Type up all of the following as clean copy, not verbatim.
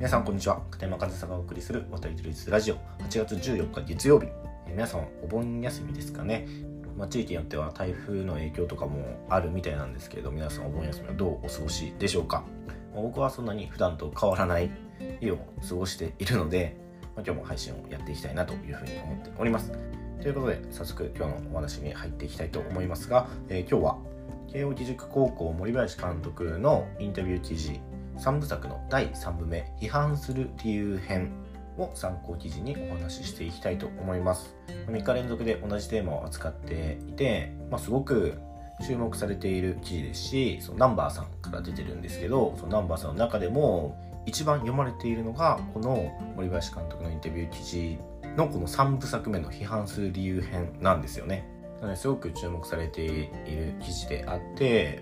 皆さんこんにちは。片山和沙がお送りする渡り鳥ラジオ8月14日月曜日。皆さんお盆休みですかね。地域によっては台風の影響とかもあるみたいなんですけれど、皆さんお盆休みはどうお過ごしでしょうか。僕はそんなに普段と変わらない日を過ごしているので、今日も配信をやっていきたいなというふうに思っております。ということで早速今日のお話に入っていきたいと思いますが、今日は慶応義塾高校森林監督のインタビュー記事3部作の第3部目批判する理由編を参考記事にお話ししていきたいと思います。3日連続で同じテーマを扱っていて、すごく注目されている記事ですし、そのナンバーさんから出てるんですけど、そのナンバーさんの中でも一番読まれているのがこの森林監督のインタビュー記事のこの3部作目の批判する理由編なんですよね。なのですごく注目されている記事であって、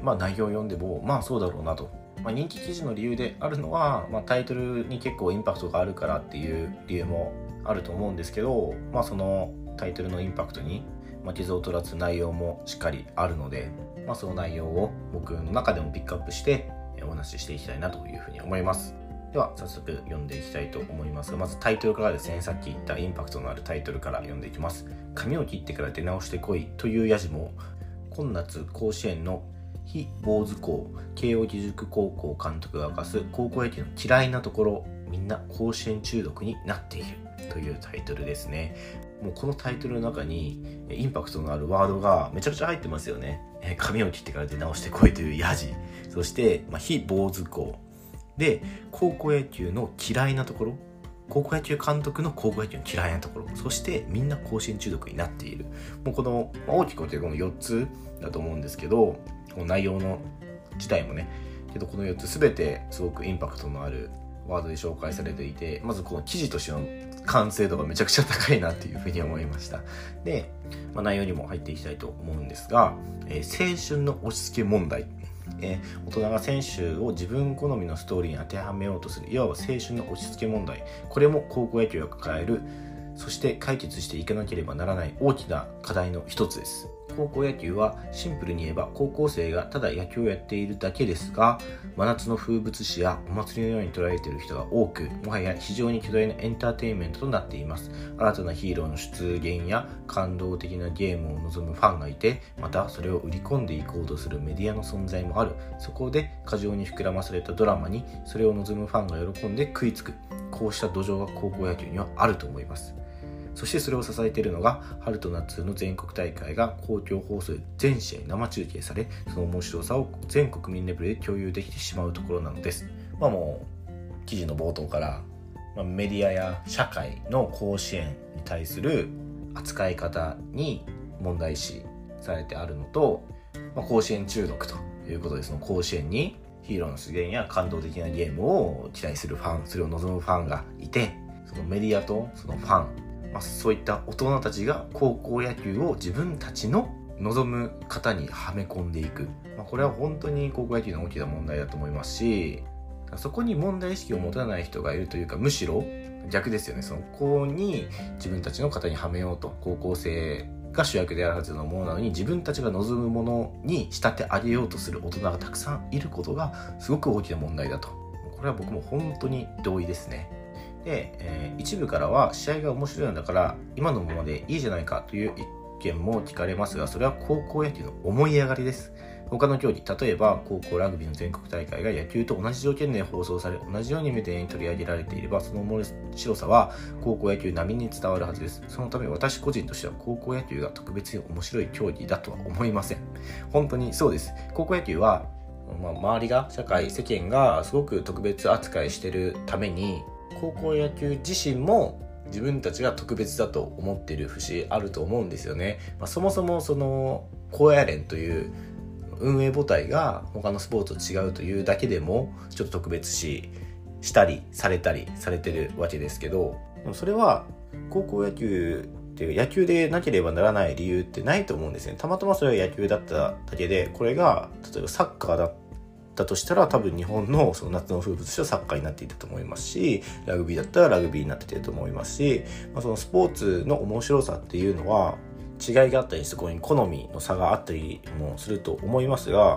内容を読んでもそうだろうなと。人気記事の理由であるのは、タイトルに結構インパクトがあるからっていう理由もあると思うんですけど、そのタイトルのインパクトに傷を取らず内容もしっかりあるので、その内容を僕の中でもピックアップしてお話ししていきたいなというふうに思います。では早速読んでいきたいと思いますが、まずタイトルからですね、さっき言ったインパクトのあるタイトルから読んでいきます。髪を切ってから出直してこいというやじも、今夏甲子園の非坊主校慶応義塾高校監督が明かす高校野球の嫌いなところ、みんな甲子園中毒になっているというタイトルですね。もうこのタイトルの中にインパクトのあるワードがめちゃくちゃ入ってますよね。髪を切ってから出直してこいというやじ、そして非坊主校で高校野球の嫌いなところ、高校野球監督の高校野球の嫌いなところ、そしてみんな甲子園中毒になっている。もうこの大きく言ってこの4つだと思うんですけど、この内容の自体もね、けどこの4つ全てすごくインパクトのあるワードで紹介されていて、まずこの記事としての完成度がめちゃくちゃ高いなっていうふうに思いました。で、内容にも入っていきたいと思うんですが、青春の押し付け問題。大人が選手を自分好みのストーリーに当てはめようとする、いわば青春の押し付け問題。これも高校野球が抱える、そして解決していかなければならない大きな課題の一つです。高校野球はシンプルに言えば高校生がただ野球をやっているだけですが、真夏の風物詩やお祭りのように捉えている人が多く、もはや非常に巨大なエンターテインメントとなっています。新たなヒーローの出現や感動的なゲームを望むファンがいて、またそれを売り込んでいこうとするメディアの存在もある。そこで過剰に膨らまされたドラマにそれを望むファンが喜んで食いつく、こうした土壌が高校野球にはあると思います。そしてそれを支えているのが、春と夏の全国大会が公共放送で全試合生中継され、その面白さを全国民レベルで共有できてしまうところなのです。もう記事の冒頭から、メディアや社会の甲子園に対する扱い方に問題視されてあるのと、甲子園中毒ということで、その甲子園にヒーローの出現や感動的なゲームを期待するファン、それを望むファンがいて、そのメディアとそのファン、そういった大人たちが高校野球を自分たちの望む型にはめ込んでいく、これは本当に高校野球の大きな問題だと思いますし、そこに問題意識を持たない人がいるというか、むしろ逆ですよね。そこに自分たちの型にはめようと、高校生が主役であるはずのものなのに自分たちが望むものに仕立て上げようとする大人がたくさんいることがすごく大きな問題だと。これは僕も本当に同意ですね。で、一部からは試合が面白いんだから今のままでいいじゃないかという意見も聞かれますが、それは高校野球の思い上がりです。他の競技、例えば高校ラグビーの全国大会が野球と同じ条件で放送され、同じようにメディアに取り上げられていれば、その面白さは高校野球並みに伝わるはずです。そのため私個人としては高校野球が特別に面白い競技だとは思いません。本当にそうです。高校野球は、周りが、社会、世間がすごく特別扱いしているために、高校野球自身も自分たちが特別だと思っている節あると思うんですよね。そもそもその高野連という運営母体が他のスポーツと違うというだけでもちょっと特別視したりされたりされてるわけですけど、それは高校野球っていう野球でなければならない理由ってないと思うんですね。たまたまそれは野球だっただけで、これが例えばサッカーだとしたら多分日本のその夏の風物詩はサッカーになっていたと思いますし、ラグビーだったらラグビーになっていると思いますし、そのスポーツの面白さっていうのは違いがあったり、そこに好みの差があったりもすると思いますが、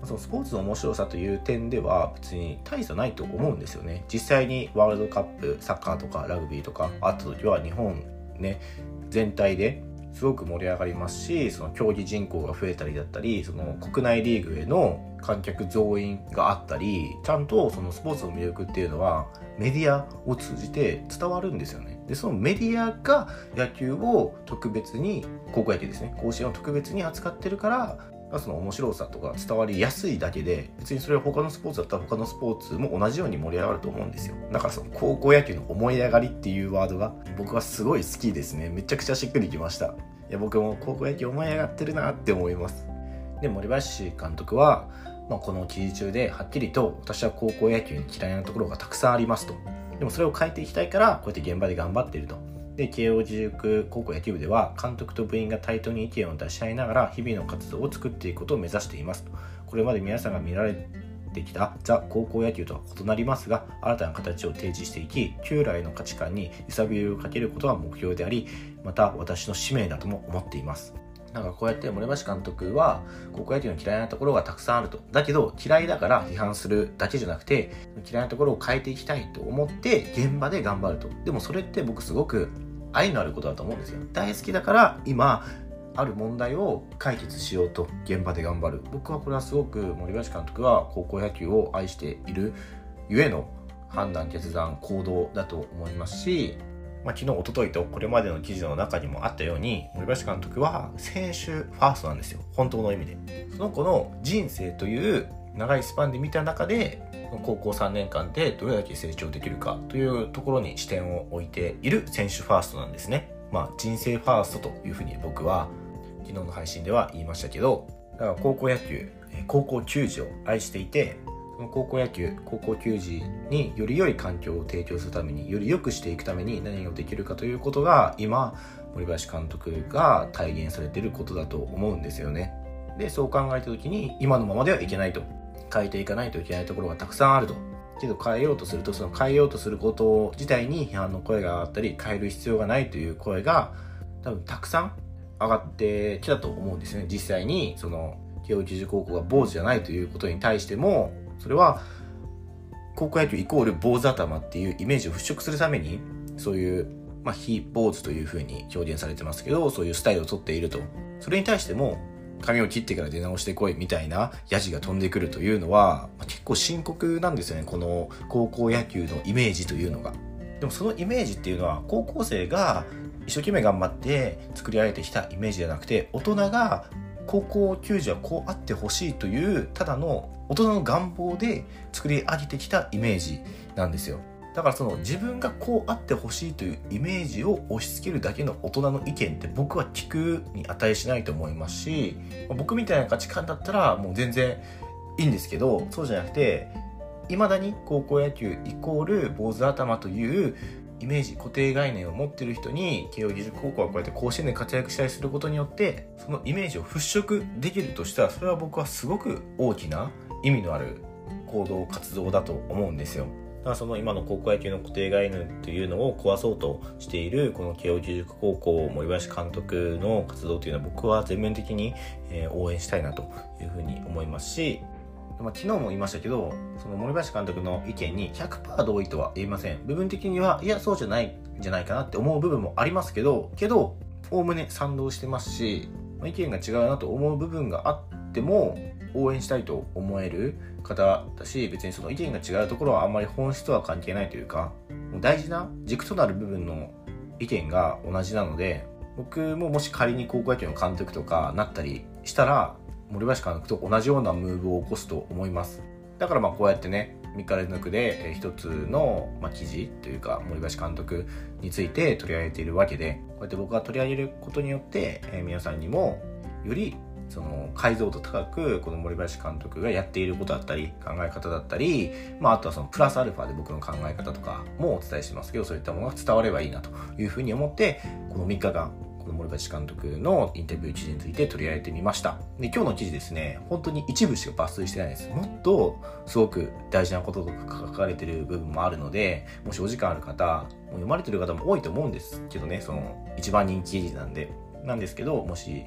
そのスポーツの面白さという点では別に大差ないと思うんですよね。実際にワールドカップ、サッカーとかラグビーとかあった時は日本ね全体ですごく盛り上がりますし、その競技人口が増えたりだったり、その国内リーグへの観客増員があったり、ちゃんとそのスポーツの魅力っていうのはメディアを通じて伝わるんですよね。でそのメディアが野球を特別に、高校野球ですね、甲子園を特別に扱ってるから、その面白さとか伝わりやすいだけで、別にそれは他のスポーツだったら他のスポーツも同じように盛り上がると思うんですよ。だからその高校野球の思い上がりっていうワードが僕はすごい好きですね。めちゃくちゃしっくりきました。いや僕も高校野球思い上がってるなって思います。で森林監督は、この記事中ではっきりと私は高校野球に嫌いなところがたくさんありますと。でもそれを変えていきたいからこうやって現場で頑張っていると。で慶応義塾高校野球部では監督と部員が対等に意見を出し合いながら日々の活動を作っていくことを目指していますと。これまで皆さんが見られてきたザ高校野球とは異なりますが、新たな形を提示していき、旧来の価値観に揺さぶりをかけることが目標であり、また私の使命だとも思っています。なんかこうやって森林監督は高校野球の嫌いなところがたくさんあると。だけど嫌いだから批判するだけじゃなくて、嫌いなところを変えていきたいと思って現場で頑張ると。でもそれって僕すごく愛のあることだと思うんですよ。大好きだから今ある問題を解決しようと現場で頑張る。僕はこれはすごく森林監督が高校野球を愛しているゆえの判断、決断、行動だと思いますし、昨日、一昨日とこれまでの記事の中にもあったように、森林監督は選手ファーストなんですよ。本当の意味で。その子の人生という長いスパンで見た中で、高校3年間でどれだけ成長できるかというところに視点を置いている選手ファーストなんですね。人生ファーストというふうに僕は昨日の配信では言いましたけど、だから高校野球、高校球児を愛していて、その高校野球、高校球児により良い環境を提供するために、より良くしていくために何をできるかということが今森林監督が体現されていることだと思うんですよね。でそう考えた時に、今のままではいけないと、変えていかないといけないところがたくさんあると。けど変えようとすると、その変えようとすること自体に批判の声があったり、変える必要がないという声が多分たくさん上がってきたと思うんですね。実際にその慶応義塾高校が坊主じゃないということに対しても、それは高校野球イコール坊主頭っていうイメージを払拭するために、そういう非坊主というふうに表現されてますけど、そういうスタイルをとっていると。それに対しても髪を切ってから出直してこいみたいなヤジが飛んでくるというのは、結構深刻なんですよね。この高校野球のイメージというのが。でもそのイメージっていうのは高校生が一生懸命頑張って作り上げてきたイメージじゃなくて、大人が高校球児はこうあってほしいというただの大人の願望で作り上げてきたイメージなんですよ。だからその自分がこうあってほしいというイメージを押し付けるだけの大人の意見って僕は聞くに値しないと思いますし、僕みたいな価値観だったらもう全然いいんですけど、そうじゃなくて、未だに高校野球イコール坊主頭というイメージ、固定概念を持っている人に慶応義塾高校はこうやって甲子園で活躍したりすることによってそのイメージを払拭できるとしたら、それは僕はすごく大きな意味のある行動活動だと思うんですよ。だからその今の高校野球の固定概念というのを壊そうとしているこの慶応義塾高校森林監督の活動というのは僕は全面的に応援したいなというふうに思いますし、昨日も言いましたけど、その森林監督の意見に 100% 同意とは言いません。部分的にはいやそうじゃないんじゃないかなって思う部分もありますけどおおむね賛同してますし、意見が違うなと思う部分があっても応援したいと思える方だし、別にその意見が違うところはあんまり本質とは関係ないというか、大事な軸となる部分の意見が同じなので、僕ももし仮に高校野球の監督とかなったりしたら森林監督と同じようなムーブを起こすと思います。だからこうやってね、3日連続で一つの記事というか森林監督について取り上げているわけで、こうやって僕が取り上げることによって皆さんにもよりその解像度高くこの森林監督がやっていることだったり考え方だったり、あとはそのプラスアルファで僕の考え方とかもお伝えしてますけど、そういったものが伝わればいいなというふうに思って、この3日間この森林監督のインタビュー記事について取り上げてみました。で、今日の記事ですね、本当に一部しか抜粋してないです。もっとすごく大事なこととか書かれている部分もあるので、もしお時間ある方、もう読まれている方も多いと思うんですけどね、その一番人気記事なんですけど、もし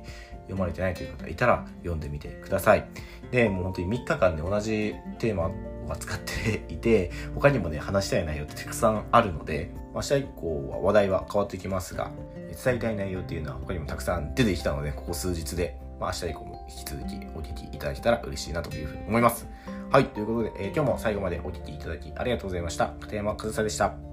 読まれてないという方いたら読んでみてください。で、もう本当に3日間で同じテーマを扱っていて、他にもね、話したい内容ってたくさんあるので、明日以降は話題は変わってきますが、伝えたい内容っていうのは他にもたくさん出てきたので、ここ数日で、明日以降も引き続きお聞きいただけたら嬉しいなというふうに思います。はい、ということで、今日も最後までお聞きいただきありがとうございました。片山和沙でした。